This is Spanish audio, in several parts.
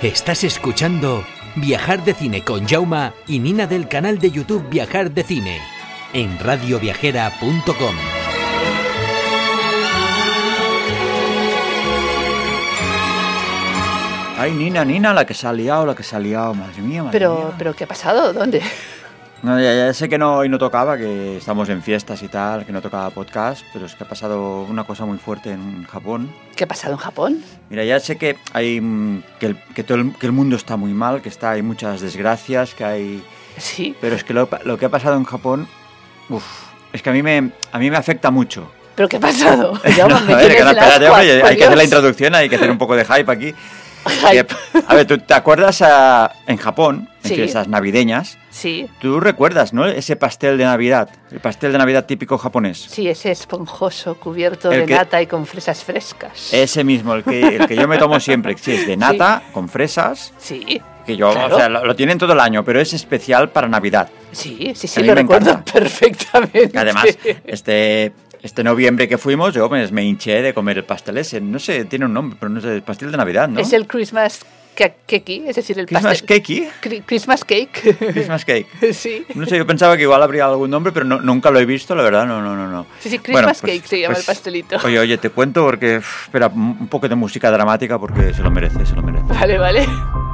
Estás escuchando Viajar de Cine con Jauma y Nina del canal de YouTube Viajar de Cine en radioviajera.com. Ay, Nina, la que se ha liado, madre mía. Pero ¿qué ha pasado? ¿Dónde? No, ya sé que hoy no tocaba, que estamos en fiestas y tal, que no tocaba podcast, pero es que ha pasado una cosa muy fuerte en Japón. ¿Qué ha pasado en Japón? Mira, ya sé que hay que el mundo está muy mal, que hay muchas desgracias, que hay... Sí. Pero es que lo que ha pasado en Japón, es que a mí me afecta mucho. ¿Pero qué ha pasado? Espérate, hombre, hay que hacer la introducción, hay que hacer un poco de hype aquí. A ver, ¿tú te acuerdas en Japón, en fiestas navideñas? Sí. ¿Tú recuerdas, no? Ese pastel de Navidad, el pastel de Navidad típico japonés. Sí, ese esponjoso cubierto de nata y con fresas frescas. Ese mismo, el que yo me tomo siempre, sí, es de nata, con fresas. Sí. Que yo, claro. O sea, lo tienen todo el año, pero es especial para Navidad. Sí, lo recuerdo perfectamente. Además, este noviembre que fuimos, yo me hinché de comer el pastel ese. No sé, tiene un nombre, pero no sé, el pastel de Navidad, ¿no? Es el Christmas Cake, es decir, el Christmas pastel. Christmas Cake. Christmas Cake. Sí. No sé, yo pensaba que igual habría algún nombre, pero nunca lo he visto, la verdad, no. Sí, Christmas Cake se llama el pastelito. Oye, te cuento porque... Espera, un poco de música dramática porque se lo merece. Vale.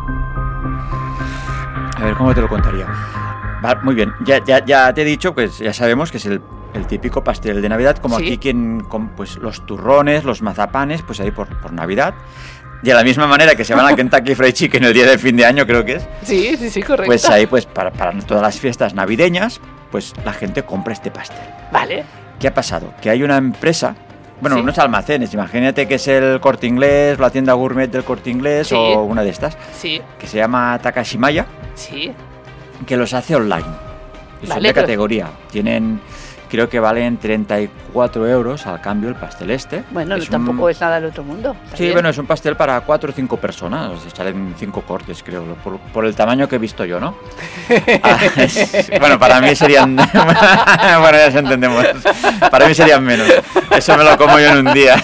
A ver, ¿cómo te lo contaría? Vale, muy bien, ya te he dicho, pues ya sabemos que es el típico pastel de Navidad, como aquí pues los turrones, los mazapanes, pues ahí por Navidad. Y de la misma manera que se van a Kentucky Fried Chicken el día de fin de año, creo que es. Sí, correcto. Pues ahí, pues para todas las fiestas navideñas, pues la gente compra este pastel. Vale. ¿Qué ha pasado? Que hay una empresa, unos almacenes, imagínate que es el Corte Inglés, la tienda gourmet del Corte Inglés o una de estas, que se llama Takashimaya, que los hace online. Y son de categoría. Creo que valen 34 euros al cambio el pastel este. Bueno, tampoco es nada del otro mundo. Sí, bueno, es un pastel para 4 o 5 personas. O sea, salen 5 cortes, creo, por el tamaño que he visto yo, ¿no? Bueno, para mí serían... bueno, ya se entendemos. Para mí serían menos. Eso me lo como yo en un día.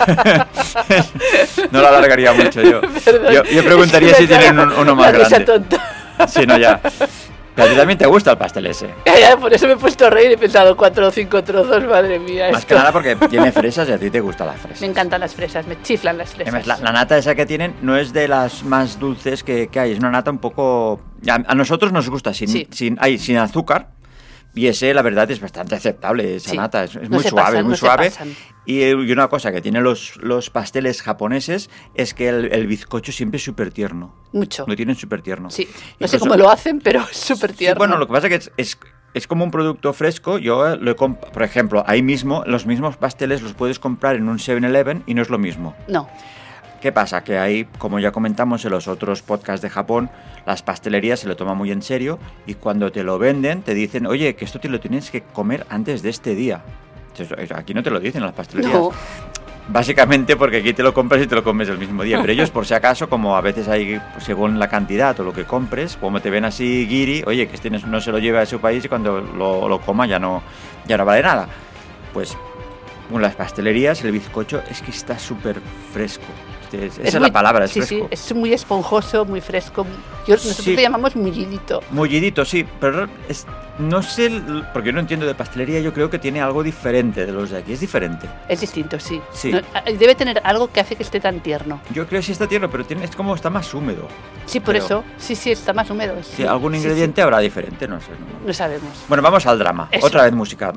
No lo alargaría mucho yo. Yo preguntaría si tienen uno más grande. Tonta. Sí, no, ya. Pero a ti también te gusta el pastel ese. Ya, por eso me he puesto a reír y he pensado 4 o 5 trozos, madre mía. Más que nada porque tiene fresas y a ti te gustan las fresas. Me encantan las fresas, me chiflan las fresas. Además, la nata esa que tienen no es de las más dulces que hay, es una nata un poco... A nosotros nos gusta sin azúcar. Y ese, la verdad, es bastante aceptable, esa nata. Es muy suave, muy suave. Y una cosa que tienen los pasteles japoneses es que el bizcocho siempre es súper tierno. Mucho. Lo tienen súper tierno. Sí. No sé cómo lo hacen, pero es súper tierno. Sí, bueno, lo que pasa es que es como un producto fresco. Yo lo he comprado, por ejemplo, ahí mismo, los mismos pasteles los puedes comprar en un 7-Eleven y no es lo mismo. No. ¿Qué pasa? Que ahí, como ya comentamos en los otros podcasts de Japón, las pastelerías se lo toman muy en serio y cuando te lo venden te dicen, oye, que esto te lo tienes que comer antes de este día. Entonces, aquí no te lo dicen en las pastelerías. No. Básicamente porque aquí te lo compras y te lo comes el mismo día. Pero ellos, por si acaso, como a veces hay, según la cantidad o lo que compres, como te ven así guiri, oye, que no se lo lleve a su país y cuando lo coma ya no vale nada. Pues las pastelerías, el bizcocho, es que está súper fresco. Esa es la palabra, es fresco. Sí, es muy esponjoso, muy fresco. Nosotros le llamamos mullidito. Mullidito, sí, pero no sé, porque yo no entiendo de pastelería, yo creo que tiene algo diferente de los de aquí, es diferente. Es distinto, sí. No, debe tener algo que hace que esté tan tierno. Yo creo que sí está tierno, pero es como está más húmedo. Sí, por eso, sí, está más húmedo. Sí, algún ingrediente habrá diferente, no sé. No sabemos. Bueno, vamos al drama, otra vez música.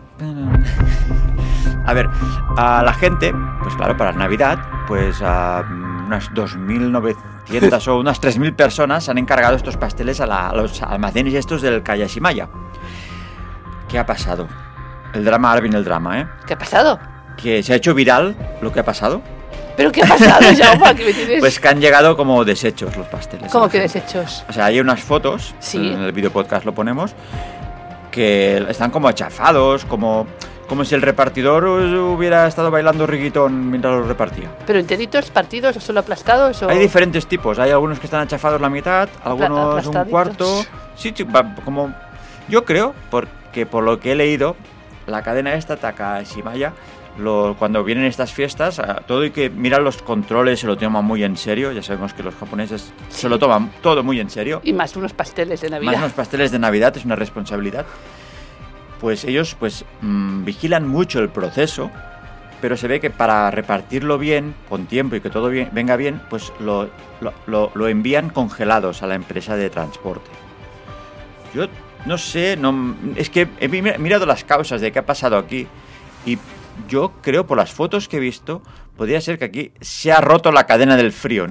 A ver, a la gente, pues claro, para Navidad, pues a unas 2.900 o unas 3.000 personas han encargado estos pasteles a los almacenes estos del Kayashimaya. ¿Qué ha pasado? Ahora viene el drama, ¿eh? ¿Qué ha pasado? Que se ha hecho viral lo que ha pasado. ¿Pero qué ha pasado, Jaume? ¿Qué me tienes? Pues que han llegado como desechos los pasteles. ¿Cómo que desechos? O sea, hay unas fotos, en el video podcast lo ponemos, que están como achafados, como si el repartidor hubiera estado bailando reggaetón mientras lo repartía. ¿Pero enteritos, partidos o solo aplastados? Hay diferentes tipos. Hay algunos que están achafados la mitad, algunos un cuarto. Sí, como yo creo, porque por lo que he leído, la cadena esta, Takashimaya, cuando vienen estas fiestas, todo hay que mirar los controles, se lo toman muy en serio. Ya sabemos que los japoneses se lo toman todo muy en serio. Y más unos pasteles de Navidad. Más unos pasteles de Navidad, es una responsabilidad. Pues ellos vigilan mucho el proceso, pero se ve que para repartirlo bien, con tiempo y que todo venga bien, pues lo envían congelados a la empresa de transporte. Yo no sé, es que he mirado las causas de qué ha pasado aquí y yo creo, por las fotos que he visto, podría ser que aquí se ha roto la cadena del frío.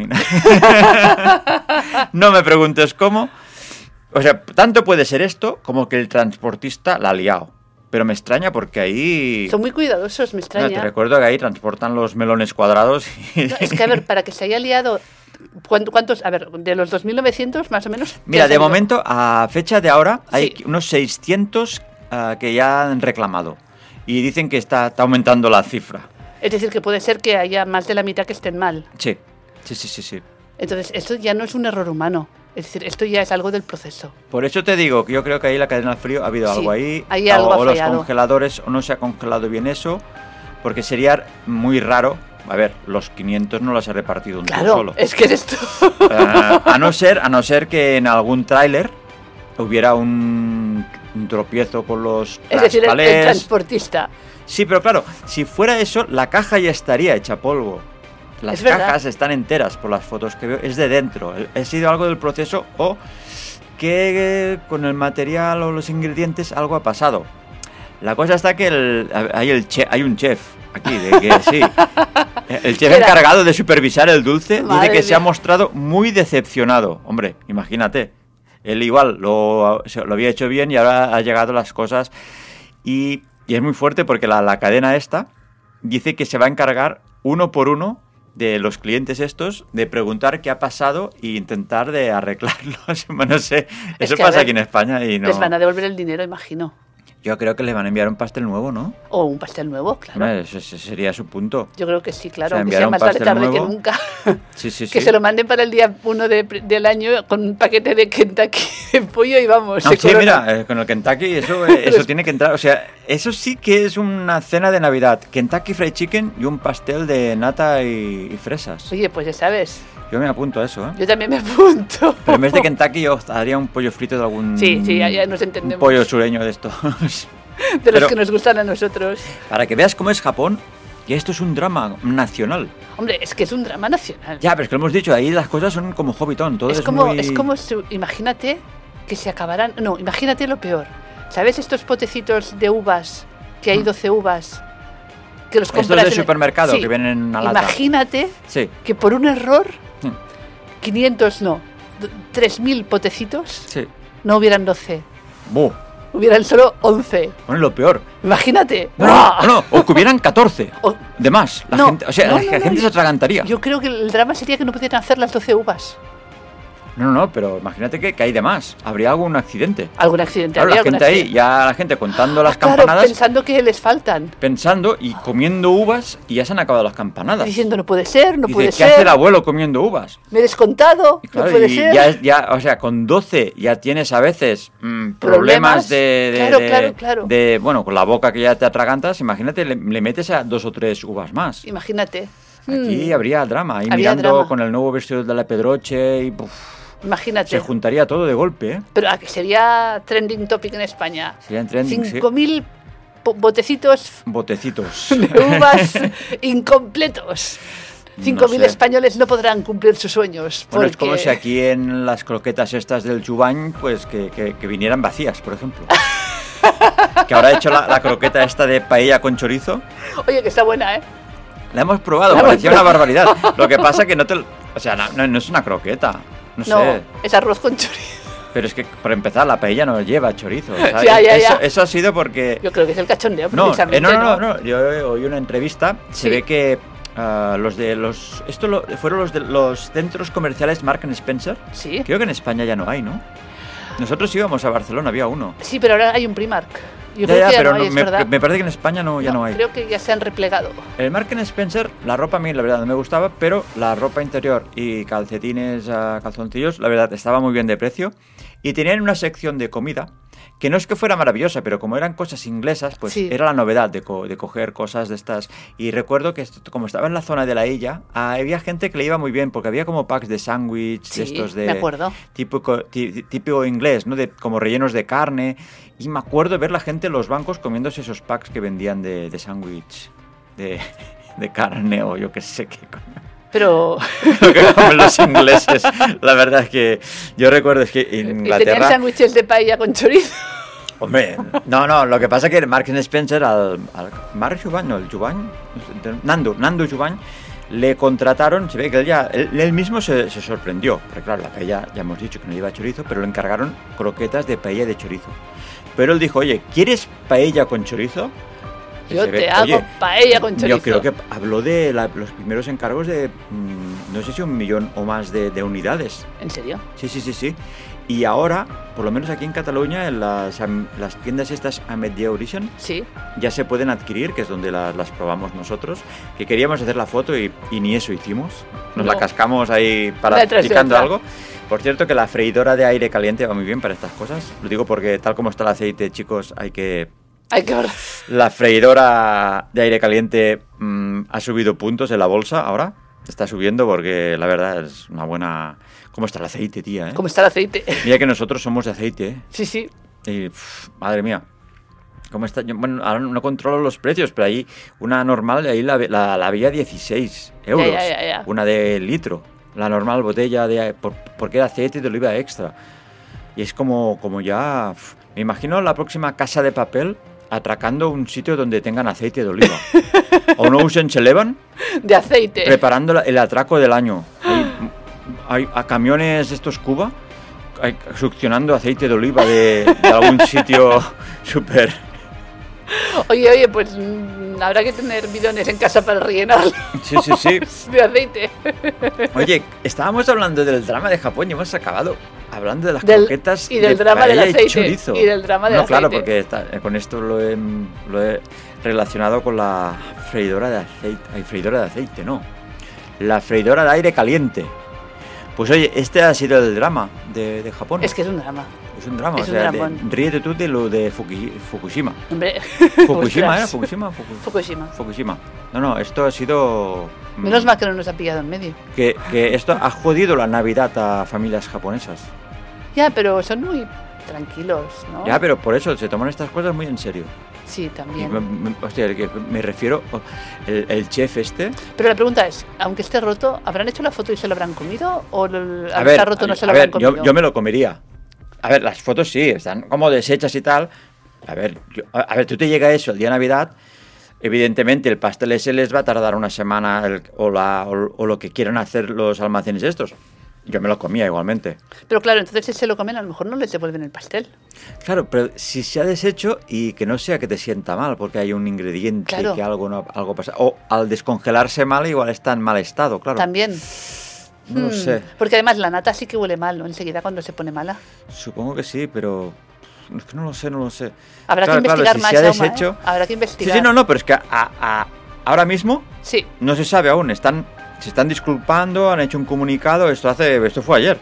No me preguntes cómo. O sea, tanto puede ser esto como que el transportista la ha liado. Pero me extraña porque ahí... Son muy cuidadosos, me extraña. No, te recuerdo que ahí transportan los melones cuadrados. No, es que, a ver, para que se haya liado... ¿Cuántos? A ver, de los 2.900 más o menos... Mira, de momento, a fecha de ahora, hay Sí. unos 600 que ya han reclamado. Y dicen que está aumentando la cifra. Es decir, que puede ser que haya más de la mitad que estén mal. Sí. Entonces, esto ya no es un error humano. Es decir, esto ya es algo del proceso. Por eso te digo que yo creo que ahí la cadena del frío ha habido Sí, algo ahí. ahí algo ha o los fallado. congeladores, o no se ha congelado bien eso. Porque sería muy raro. A ver, los 500 no los ha repartido un tío Claro, solo. es que es esto. A no ser que en algún tráiler hubiera un tropiezo con los Es decir, el palés. transportista. Sí, pero claro, si fuera eso, la caja ya estaría hecha polvo. Las Es verdad. cajas están enteras por las fotos que veo. Es de dentro. Ha sido algo del proceso o que con el material o los ingredientes algo ha pasado. La cosa está que hay un chef aquí, de que sí. El chef encargado de supervisar el dulce Madre dice que se ha mía. mostrado muy decepcionado. Hombre, imagínate. Él igual lo había hecho bien y ahora ha llegado las cosas. Y es muy fuerte porque la cadena esta dice que se va a encargar uno por uno de los clientes estos de preguntar qué ha pasado e intentar de arreglarlos. No sé, Es eso que, a pasa ver, aquí en España y no... Les van a devolver el dinero, imagino. Yo creo que les van a enviar un pastel nuevo, ¿no? O un pastel nuevo, claro. Hombre, ese sería su punto. Yo creo que sí, claro. O sea, Aunque enviar sea un más vale pastel tarde que nuevo. nunca. Sí. Que se lo manden para el día 1 del año con un paquete de Kentucky de pollo y vamos. No, se sí, corona. mira, con el Kentucky eso tiene que entrar. O sea, eso sí que es una cena de Navidad. Kentucky Fried Chicken y un pastel de nata y fresas. Oye, pues ya sabes. Yo me apunto a eso, ¿eh? Yo también me apunto. Pero en vez de Kentucky yo haría un pollo frito de algún... Sí, ya nos entendemos. Un pollo sureño de estos. De los Pero- que nos gustan a nosotros. Para que veas cómo es Japón, que esto es un drama nacional. Hombre, es que es un drama nacional. Ya, pero es que lo hemos dicho, ahí las cosas son como Hobbiton, todo es como, muy... es como imagínate que se acabarán. No, imagínate lo peor. ¿Sabes estos potecitos de uvas? Que hay 12 uvas. Que los Estos compras del en el- supermercado Sí. que vienen en una lata. Imagínate Sí, que por un error, Mm. 500 no, 3.000 potecitos, sí. no hubieran 12. Buh. Hubieran solo 11. Bueno, lo peor. Imagínate. Bueno, ¡Buah! no, o que hubieran 14. O- De más. La No, gente, o sea, no, la no, gente no, se atragantaría. Yo creo que el drama sería que no pudieran hacer las 12 uvas. No, pero imagínate que hay de más. Habría algún accidente. Algún accidente. Claro, habría la algún gente ahí, accidente. ya la gente contando las Claro, campanadas, pensando que les faltan. pensando y comiendo uvas y ya se han acabado las campanadas. Diciendo, no puede ser, no Dice, puede ¿qué ser. hace el abuelo comiendo uvas? Me he descontado, Y claro, no puede y ser. o sea, con 12 ya tienes a veces Problemas. problemas de, Claro. bueno, con la boca que ya te atragantas, imagínate, le metes a 2 o 3 uvas más. Imagínate. Aquí habría drama, ahí Habría mirando drama. con el nuevo vestido de la Pedroche y Imagínate. se juntaría todo de golpe, ¿eh? Pero que sería trending topic en España. Sería en trending, sí. 5.000 botecitos Botecitos. de uvas incompletos. 5.000 sé. españoles no podrán cumplir sus sueños. Bueno, Porque... es como si aquí en las croquetas estas del Chubañ, pues que vinieran vacías, por ejemplo. Que ahora he hecho la croqueta esta de paella con chorizo. Oye, que está buena, ¿eh? La hemos probado, La hemos parecía una barbaridad. Lo que pasa que no te... O sea, no es una croqueta, no sé. Es arroz con chorizo. Pero es que, por empezar, la paella no lleva chorizo. ¿sabes? Ya. Eso ha sido porque... Yo creo que es el cachondeo, No, precisamente. no. Yo oí una entrevista, Sí. se ve que fueron los de los centros comerciales Marks & Spencer. Sí. Creo que en España ya no hay, ¿no? Nosotros íbamos a Barcelona, había uno. Sí, pero ahora hay un Primark. Yo Ya, creo que ya pero no hay, es me verdad. parece que en España ya no hay. Creo que ya se han replegado. El Marks & Spencer, la ropa a mí la verdad no me gustaba, pero la ropa interior y calcetines, calzoncillos, la verdad estaba muy bien de precio. Y tenían una sección de comida que no es que fuera maravillosa, pero como eran cosas inglesas, pues Sí. era la novedad de coger cosas de estas. Y recuerdo que como estaba en la zona de la Illa, había gente que le iba muy bien, porque había como packs de sándwich, Sí, de estos me acuerdo. típico inglés, ¿no? De, como rellenos de carne. Y me acuerdo ver la gente en los bancos comiéndose esos packs que vendían de sándwich, de carne o yo qué sé qué coño. Pero... Lo que comen los ingleses. La verdad es que yo recuerdo es que en ¿Y tenían Inglaterra... sándwiches de paella con chorizo? Hombre, no, lo que pasa es que Marks Spencer al Marc Jubany, no, el Jubany, Nando Jubany, le contrataron, se ve que él mismo se sorprendió, porque claro, la paella ya hemos dicho que no lleva chorizo, pero le encargaron croquetas de paella de chorizo. Pero él dijo, oye, ¿quieres paella con chorizo? Yo te hago paella con chorizo. Yo creo que habló de los primeros encargos de, no sé si 1 millón o más de unidades. ¿En serio? Sí. Y ahora, por lo menos aquí en Cataluña, en las tiendas estas Ametlla Origen, Sí. ya se pueden adquirir, que es donde las probamos nosotros, que queríamos hacer la foto y ni eso hicimos. Nos No. la cascamos ahí para Detrás de picando otra. algo. Por cierto que la freidora de aire caliente va muy bien para estas cosas. Lo digo porque tal como está el aceite, chicos, hay que... Hay que ver. La freidora de aire caliente ha subido puntos en la bolsa ahora. Está subiendo porque la verdad es una buena... ¿Cómo está el aceite, tía? ¿Cómo está el aceite? Mira que nosotros somos de aceite, ¿eh? Sí. Y, madre mía. ¿Cómo está? Bueno, ahora no controlo los precios, pero ahí una normal, ahí la veía 16 euros. Ya. Una de litro. La normal botella porque era aceite de oliva extra. Y es como ya... Me imagino la próxima Casa de Papel atracando un sitio donde tengan aceite de oliva. O un Ocean's Eleven De aceite. preparando el atraco del año. Hay a camiones estos Cuba succionando aceite de oliva de algún sitio súper... Oye, pues habrá que tener bidones en casa para rellenarlo Sí. de aceite. Oye, estábamos hablando del drama de Japón y hemos acabado hablando de las Del- croquetas y del de drama del paella y aceite, chorizo. y del drama del No, claro, aceite. porque con esto lo he relacionado con la freidora de aceite. Ay, freidora de aceite, no. La freidora de aire caliente. Pues oye, este ha sido el drama de Japón. Es que es un drama. Es un drama, es o un sea, dramón. ríete tú de lo de Fukushima. Hombre. ¿Fukushima era? Ostras. ¿Fukushima? Fukushima. No, esto ha sido... Menos mal que no nos ha pillado en medio. Que esto ha jodido la Navidad a familias japonesas. Ya, pero son muy tranquilos, ¿no? Ya, pero por eso se toman estas cosas muy en serio. Sí, Y también. hostia, que me refiero, el chef este... Pero la pregunta es, aunque esté roto, ¿habrán hecho la foto y se lo habrán comido? ¿O al A estar ver, roto no se lo habrán comido? yo me lo comería. A ver, las fotos sí, están como deshechas y tal. A ver, tú te llega eso el día de Navidad, evidentemente el pastel ese les va a tardar una semana o lo que quieran hacer los almacenes estos. Yo me lo comía igualmente. Pero claro, entonces si se lo comen, a lo mejor no les devuelven el pastel. Claro, pero si se ha deshecho y que no sea que te sienta mal porque hay un ingrediente, Claro. que algo pasa. O al descongelarse mal igual está en mal estado, claro. También. No lo sé. Porque además la nata sí que huele mal, ¿no? Enseguida cuando se pone mala. Supongo que sí, pero es que no lo sé. Habrá Claro, que investigar si más, se ha Jaume, deshecho... ¿eh? Habrá que Sí, investigar. no, pero es que ahora mismo Sí. no se sabe aún. Se están disculpando, han hecho un comunicado. Esto fue ayer.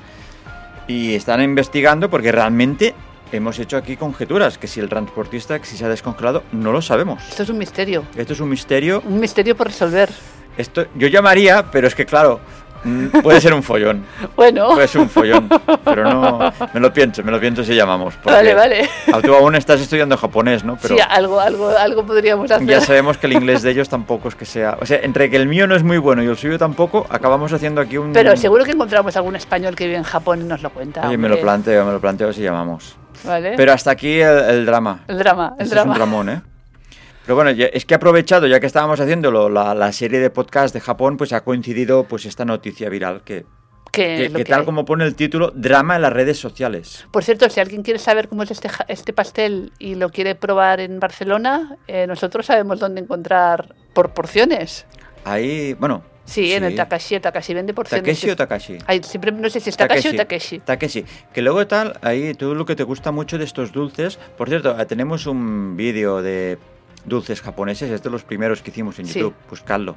Y están investigando porque realmente hemos hecho aquí conjeturas. Que si el transportista, que si se ha descongelado, no lo sabemos. Esto es un misterio. Esto es un misterio. Un misterio por resolver. Esto yo llamaría, pero es que claro, puede ser un follón. Bueno. Puede ser un follón. Pero no, me lo pienso si llamamos. porque Vale. Tú aún estás estudiando japonés, ¿no? Pero Sí, algo podríamos hacer. ya sabemos que el inglés de ellos tampoco es que sea... O sea, entre que el mío no es muy bueno y el suyo tampoco, acabamos haciendo aquí un... Pero seguro que encontramos algún español que vive en Japón y nos lo cuenta. Oye, me lo planteo si llamamos. Vale. Pero hasta aquí el drama. El drama. Este es un dramón, ¿eh? Pero bueno, es que he aprovechado, ya que estábamos haciendo la serie de podcast de Japón, pues ha coincidido pues esta noticia viral que tal hay. como pone el título, drama en las redes sociales. Por cierto, si alguien quiere saber cómo es este pastel y lo quiere probar en Barcelona, nosotros sabemos dónde encontrar por porciones. Ahí, bueno... Sí, en el Takashi. El Takashi vende porciones. ¿Takeshi o Takashi? Ay, siempre no sé si es Takashi o Takeshi. Takeshi. Que luego tal, ahí todo lo que te gusta mucho de estos dulces. Por cierto, tenemos un vídeo de dulces japoneses, es de los primeros que hicimos en Sí. YouTube. Buscadlo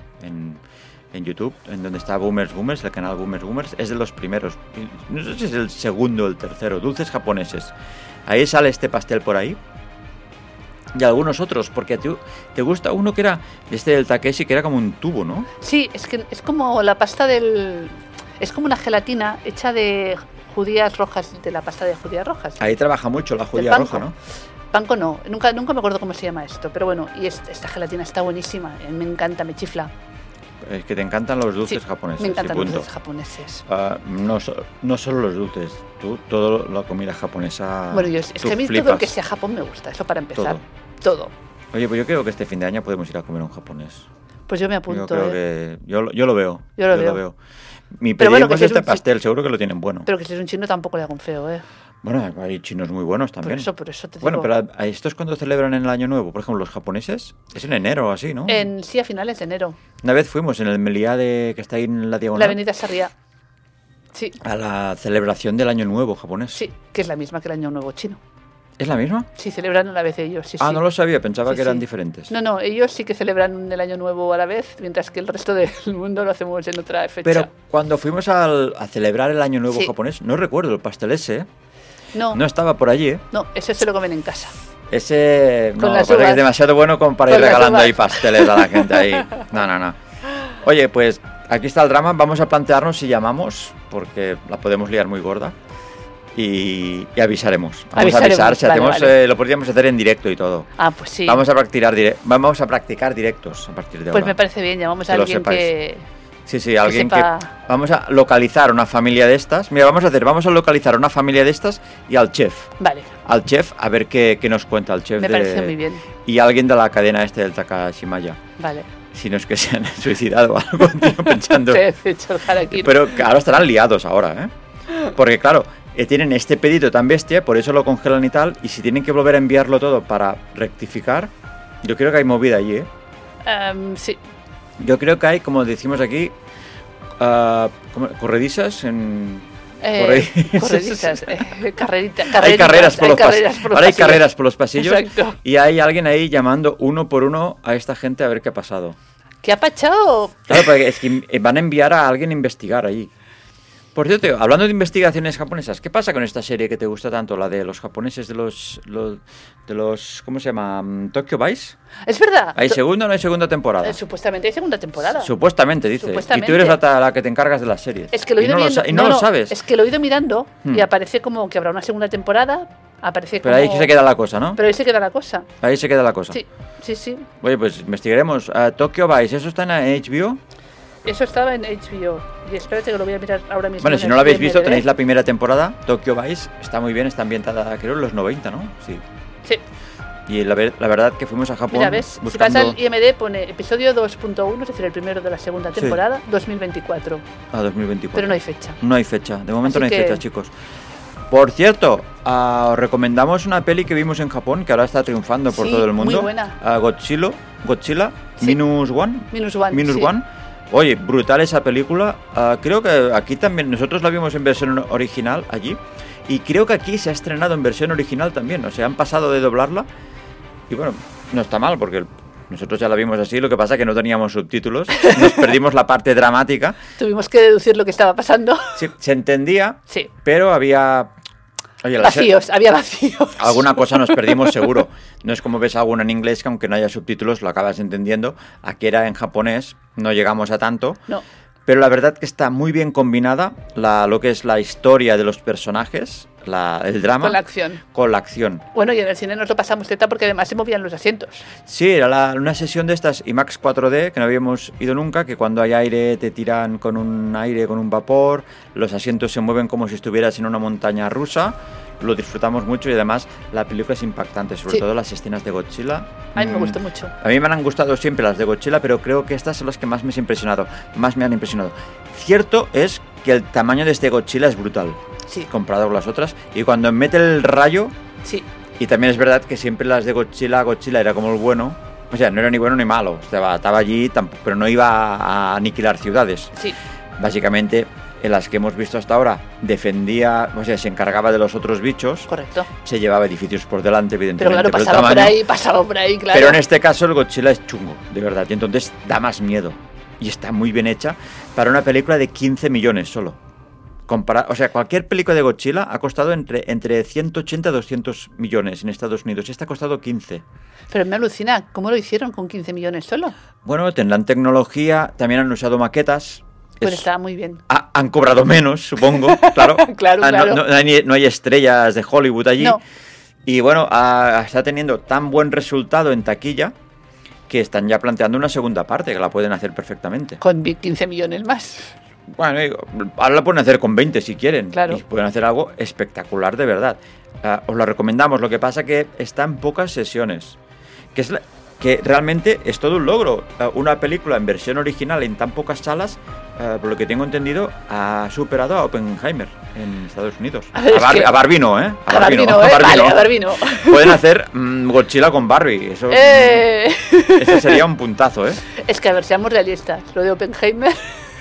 en YouTube, en donde está Boomers, el canal Boomers, es de los primeros. No sé si es el segundo o el tercero, dulces japoneses. Ahí sale este pastel por ahí. Y algunos otros, porque te gusta uno que era del Takeshi, que era como un tubo, ¿no? Sí, es que es como la pasta es como una gelatina hecha de judías rojas, de la pasta de judías rojas. Ahí trabaja mucho la judía roja, ¿no? Panko no, nunca me acuerdo cómo se llama esto, pero bueno, y esta gelatina está buenísima, me encanta, me chifla. Es que te encantan los dulces japoneses. Me encantan los dulces japoneses. No solo los dulces, toda la comida japonesa. Bueno, es que a mí todo lo que sea Japón me gusta, eso para empezar. Todo. Oye, pues yo creo que este fin de año podemos ir a comer un japonés. Pues yo me apunto. Yo creo que. Yo lo veo. Yo lo veo. Mi pedido es este pastel, seguro que lo tienen bueno. Pero que si es un chino tampoco le hago un feo, ¿eh? Bueno, hay chinos muy buenos también. Por eso te digo. Bueno, pero esto es cuando celebran en el Año Nuevo. Por ejemplo, los japoneses es en enero o así, ¿no? Sí, a finales de enero. Una vez fuimos en el Meliá que está ahí en la diagonal. La avenida Sarriá. Sí. A la celebración del Año Nuevo japonés. Sí, que es la misma que el Año Nuevo chino. ¿Es la misma? Sí, celebran a la vez ellos, sí. No lo sabía, pensaba que eran diferentes. No, ellos sí que celebran el Año Nuevo a la vez, mientras que el resto del mundo lo hacemos en otra fecha. Pero cuando fuimos a celebrar el Año Nuevo japonés, no recuerdo el pastel ese, ¿eh? No estaba por allí, ¿eh? No, ese se lo comen en casa. Ese parece que es demasiado bueno como para ir regalando ahí pasteles a la gente ahí. No. Oye, pues aquí está el drama, vamos a plantearnos si llamamos, porque la podemos liar muy gorda. Y avisaremos. Vamos a avisar si hacemos, lo podríamos hacer en directo y todo. Pues sí. Vamos a practicar directos a partir de ahora. Pues me parece bien, llamamos a alguien que... Sí, alguien que... Vamos a localizar una familia de estas. Mira, vamos a localizar una familia de estas y al chef. Vale. Al chef, a ver qué nos cuenta el chef. Me parece muy bien. Y alguien de la cadena del Takashimaya. Vale. Si no es que se han suicidado o algo, tío, pensando... Pero ahora estarán liados ahora, ¿eh? Porque claro... tienen este pedido tan bestia, por eso lo congelan y tal, y si tienen que volver a enviarlo todo para rectificar, yo creo que hay movida allí, ¿eh? Sí. Yo creo que hay, como decimos aquí, corredizas en... Corredizas, hay carreras por los pasillos. Ahora hay carreras por los pasillos. Exacto. Y hay alguien ahí llamando uno por uno a esta gente a ver qué ha pasado. ¿Qué ha pasado? Claro, porque es que van a enviar a alguien a investigar allí. Por cierto, hablando de investigaciones japonesas, ¿qué pasa con esta serie que te gusta tanto, la de los japoneses de los ¿cómo se llama? ¿Tokyo Vice? Es verdad. ¿Hay segunda o no hay segunda temporada? Supuestamente hay segunda temporada. Supuestamente, dice. Y tú eres la que te encargas de las series. Es que lo he ido viendo. Y no lo sabes. Es que lo he ido mirando y aparece como que habrá una segunda temporada. Pero ahí se queda la cosa, ¿no? Pero ahí se queda la cosa. Ahí se queda la cosa. Sí. Oye, pues investigaremos. Tokyo Vice, ¿eso está en HBO? Eso estaba en HBO. Y espérate que lo voy a mirar ahora mismo. Bueno, si no lo habéis visto, tenéis la primera temporada. Tokyo Vice está muy bien, está ambientada, creo, en los 90, ¿no? Sí. Y la verdad que fuimos a Japón. Mira, ves, buscando... si vas al IMD pone episodio 2.1, es decir, el primero de la segunda temporada, 2024. 2024. Pero no hay fecha. No hay fecha, de momento no hay fecha, chicos. Por cierto, os recomendamos una peli que vimos en Japón, que ahora está triunfando por todo el mundo. Muy buena. Godzilla, Minus One. Minus One. Oye, brutal esa película. Creo que aquí también, nosotros la vimos en versión original allí. Y creo que aquí se ha estrenado en versión original también. O sea, han pasado de doblarla. Y bueno, no está mal porque nosotros ya la vimos así. Lo que pasa es que no teníamos subtítulos. Nos perdimos la parte dramática. Tuvimos que deducir lo que estaba pasando. Sí, se entendía. Sí. Pero había... Oye, había vacíos. Alguna cosa nos perdimos seguro. No es como ves alguna en inglés que aunque no haya subtítulos lo acabas entendiendo. Aquí era en japonés, no llegamos a tanto. No. Pero la verdad que está muy bien combinada lo que es la historia de los personajes, el drama. Con la acción. Bueno, y en el cine nos lo pasamos teta porque además se movían los asientos. Sí, era una sesión de estas IMAX 4D que no habíamos ido nunca, que cuando hay aire te tiran con un vapor, los asientos se mueven como si estuvieras en una montaña rusa. Lo disfrutamos mucho y además la película es impactante, sobre todo las escenas de Godzilla. A mí me gustó mucho. A mí me han gustado siempre las de Godzilla, pero creo que estas son las que más me han impresionado. Cierto es que el tamaño de este Godzilla es brutal, comparado con las otras, y cuando mete el rayo, y también es verdad que siempre las de Godzilla era como el bueno, o sea, no era ni bueno ni malo, estaba allí, pero no iba a aniquilar ciudades. Básicamente, en las que hemos visto hasta ahora, defendía, o sea, se encargaba de los otros bichos. Correcto. Se llevaba edificios por delante, evidentemente. Pero claro, pasaba por ahí, claro. Pero en este caso el Godzilla es chungo, de verdad, y entonces da más miedo. Y está muy bien hecha para una película de 15 millones solo. O sea, cualquier película de Godzilla ha costado entre 180 y 200 millones en Estados Unidos. Esta ha costado 15. Pero me alucina, ¿cómo lo hicieron con 15 millones solo? Bueno, tendrán tecnología, también han usado maquetas. Pues estaba muy bien. Han cobrado menos, supongo, claro. Claro. No hay estrellas de Hollywood allí. No. Y bueno, está teniendo tan buen resultado en taquilla que están ya planteando una segunda parte, que la pueden hacer perfectamente. Con 15 millones más. Bueno, ahora la pueden hacer con 20 si quieren. Claro. Y pueden hacer algo espectacular de verdad. Os lo recomendamos. Lo que pasa que está en pocas sesiones. Que realmente es todo un logro. Una película en versión original en tan pocas salas, por lo que tengo entendido, ha superado a Oppenheimer en Estados Unidos. A Barbie no, ¿eh? A Barbie no. A Barbie no. Pueden hacer Godzilla con Barbie. Eso sería un puntazo, ¿eh? Es que, a ver, seamos realistas. Lo de Oppenheimer...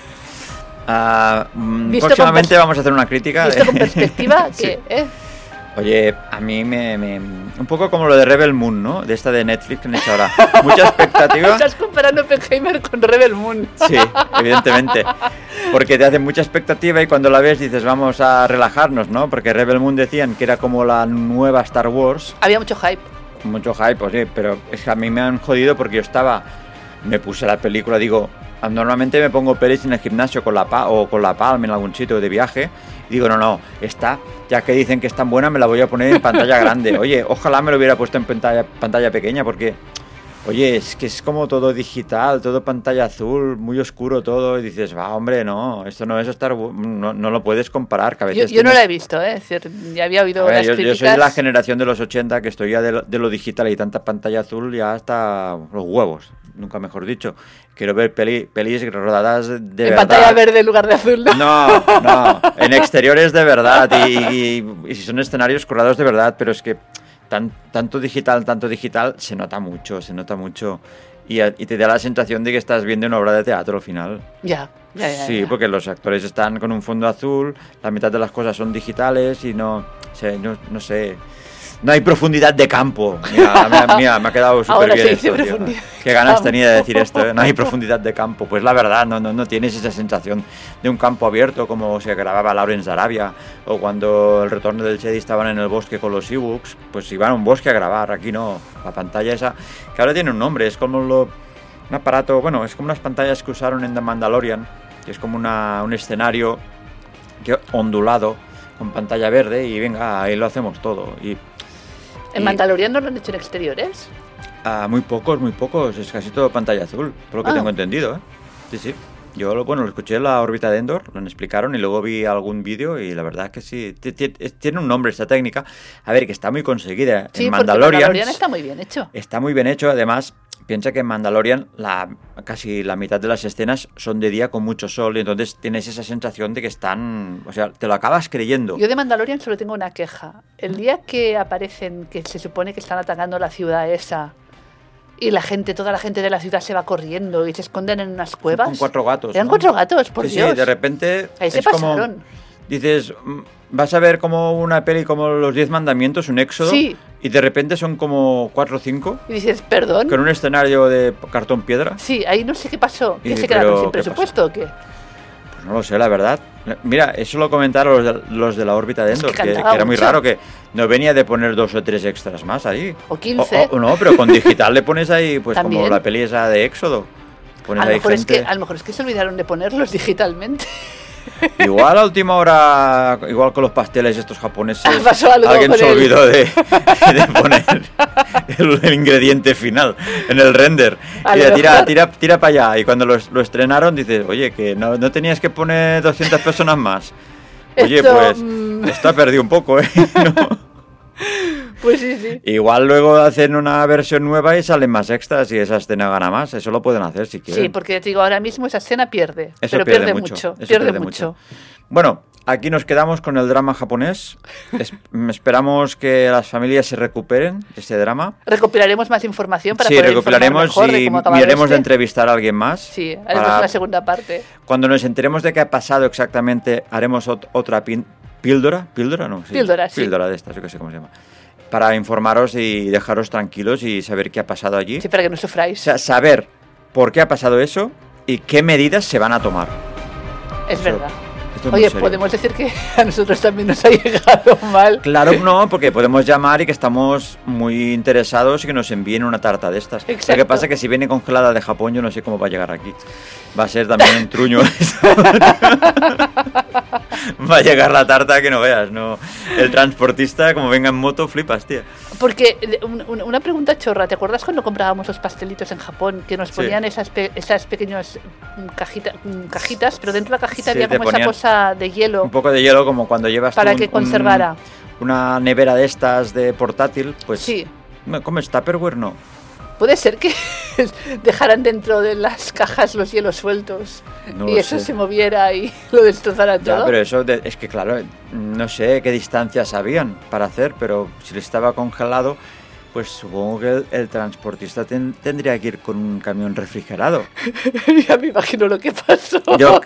próximamente vamos a hacer una crítica. Visto con perspectiva, sí. ¿qué? Oye, a mí un poco como lo de Rebel Moon, ¿no? De esta de Netflix que han hecho ahora. Mucha expectativa. Estás comparando Oppenheimer con Rebel Moon. Sí, evidentemente. Porque te hacen mucha expectativa y cuando la ves dices, vamos a relajarnos, ¿no? Porque Rebel Moon decían que era como la nueva Star Wars. Había mucho hype. Mucho hype, pues sí, pero es que a mí me han jodido porque me puse la película, digo... Normalmente me pongo pelis en el gimnasio con la Palm en algún sitio de viaje. Y digo, no, ya que dicen que es tan buena, me la voy a poner en pantalla grande. Oye, ojalá me lo hubiera puesto en pantalla pequeña porque, oye, es que es como todo digital, todo pantalla azul, muy oscuro todo. Y dices, hombre, no, esto no es Star Wars, no lo puedes comparar. Que a veces yo no la he visto, es decir, ya había oído las críticas. Yo soy de la generación de los 80 que estoy ya de lo digital y tanta pantalla azul ya hasta los huevos. Nunca mejor dicho. Quiero ver pelis rodadas de verdad. En pantalla verde en lugar de azul, ¿no? No. En exteriores de verdad y si son escenarios currados de verdad, pero es que tanto digital, se nota mucho. Y te da la sensación de que estás viendo una obra de teatro al final. Ya. Sí, porque los actores están con un fondo azul, la mitad de las cosas son digitales y no sé... No hay profundidad de campo. Mira, me ha quedado súper bien esto, tío. Qué ganas tenía de decir esto, ¿eh? No hay profundidad de campo. Pues la verdad, no tienes esa sensación de un campo abierto como se grababa Lawrence de Arabia o cuando el Retorno del Jedi estaban en el bosque con los Ewoks, pues iban a un bosque a grabar. Aquí no, la pantalla esa, que ahora tiene un nombre, es como un aparato, bueno, es como unas pantallas que usaron en The Mandalorian, que es como un escenario ondulado con pantalla verde y venga, ahí lo hacemos todo. ¿En Mandalorian no lo han hecho en exteriores? Muy pocos, es casi todo pantalla azul, por lo que tengo entendido, ¿eh? Sí. Yo lo escuché en la órbita de Endor, lo explicaron y luego vi algún vídeo y la verdad es que sí, tiene un nombre esta técnica. A ver, que está muy conseguida. Sí, en Mandalorian está muy bien hecho. Está muy bien hecho, además... Piensa que en Mandalorian casi la mitad de las escenas son de día con mucho sol y entonces tienes esa sensación de que están... O sea, te lo acabas creyendo. Yo de Mandalorian solo tengo una queja. El día que aparecen, que se supone que están atacando la ciudad esa y toda la gente de la ciudad se va corriendo y se esconden en unas cuevas. Con 4 gatos. Eran 4 gatos, por Dios. Sí, de repente... Ahí se pasaron. Como, dices, vas a ver como una peli como Los 10 Mandamientos, un éxodo. Sí. Y de repente son como 4 o 5. Y dices, ¿perdón? Con un escenario de cartón piedra. Sí, ahí no sé qué pasó. ¿Qué se quedaron sin presupuesto o qué? Pues no lo sé, la verdad. Mira, eso lo comentaron los de la órbita de Endor, que era muy raro, que no venía de poner 2 o 3 extras más ahí. O 15. No, pero con digital le pones ahí, pues ¿también? Como la peli esa de Éxodo. A lo mejor es que se olvidaron de ponerlos digitalmente. Igual a última hora, igual con los pasteles estos japoneses, alguien se olvidó de poner el ingrediente final en el render. Y tira para allá. Y cuando lo estrenaron dices, oye, que no tenías que poner 200 personas más. Oye, esto ha perdido un poco, ¿eh? ¿No? Pues sí. Igual luego hacen una versión nueva y salen más extras y esa escena gana más. Eso lo pueden hacer si quieren. Sí, porque te digo, ahora mismo esa escena pierde. Eso pero pierde mucho. Pierde mucho. Bueno, aquí nos quedamos con el drama japonés. Esperamos que las familias se recuperen de este drama. Recopilaremos más información para poder informar mejor de cómo ha acabado miraremos de entrevistar a alguien más. Sí, haremos una segunda parte. Cuando nos enteremos de qué ha pasado exactamente, haremos otra píldora. ¿Píldora? No, sí. Píldora, sí. Píldora de estas, yo qué sé cómo se llama. Para informaros y dejaros tranquilos y saber qué ha pasado allí. Sí, para que no sufráis. O sea, saber por qué ha pasado eso y qué medidas se van a tomar. Es verdad. Esto es muy Oye, serio. podemos decir que a nosotros también nos ha llegado mal. Claro, no, porque podemos llamar y que estamos muy interesados y que nos envíen una tarta de estas. Exacto. Lo que pasa es que si viene congelada de Japón, yo no sé cómo va a llegar aquí. Va a ser también un truño. Va a llegar la tarta que no veas, ¿no? El transportista, como venga en moto, flipas, tía. Porque una pregunta chorra, ¿te acuerdas cuando comprábamos los pastelitos en Japón que nos Sí. ponían esas pequeñas cajitas, pero dentro de la cajita Sí, había te como esa ponían cosa de hielo Un poco de hielo, como cuando llevas para tú que conservara? una nevera de estas de portátil, pues... Sí. ¿Cómo es? ¿Tupperware? No. Puede ser que dejaran dentro de las cajas los hielos sueltos No y lo eso sé. se moviera y lo destrozara Ya, todo. pero eso es que claro, no sé qué distancias habían para hacer, pero si estaba congelado, pues supongo que el transportista tendría que ir con un camión refrigerado. Ya me imagino lo que pasó.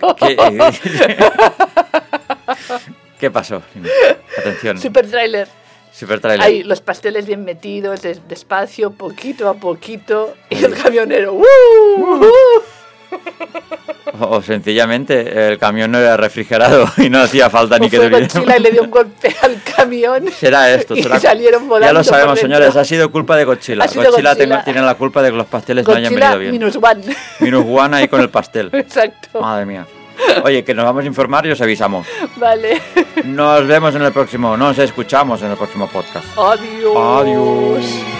¿Qué pasó? Atención, Super trailer. super trailer. Ahí los pasteles bien metidos, despacio, poquito a poquito. Y el camionero. O sencillamente el camión no era refrigerado y no hacía falta ni que Fue tuviera. Godzilla y le dio un golpe al camión. Será esto, Y será... salieron volando. Ya lo sabemos, por dentro. señores, ha sido culpa de Godzilla. Ha sido Godzilla Godzilla. tiene la culpa de que los pasteles no hayan Godzilla venido bien. minus one. Minus one ahí con el pastel. Exacto. Madre mía. Oye, que nos vamos a informar y os avisamos. Vale. Nos vemos en el próximo, nos escuchamos en el próximo podcast. Adiós. Adiós.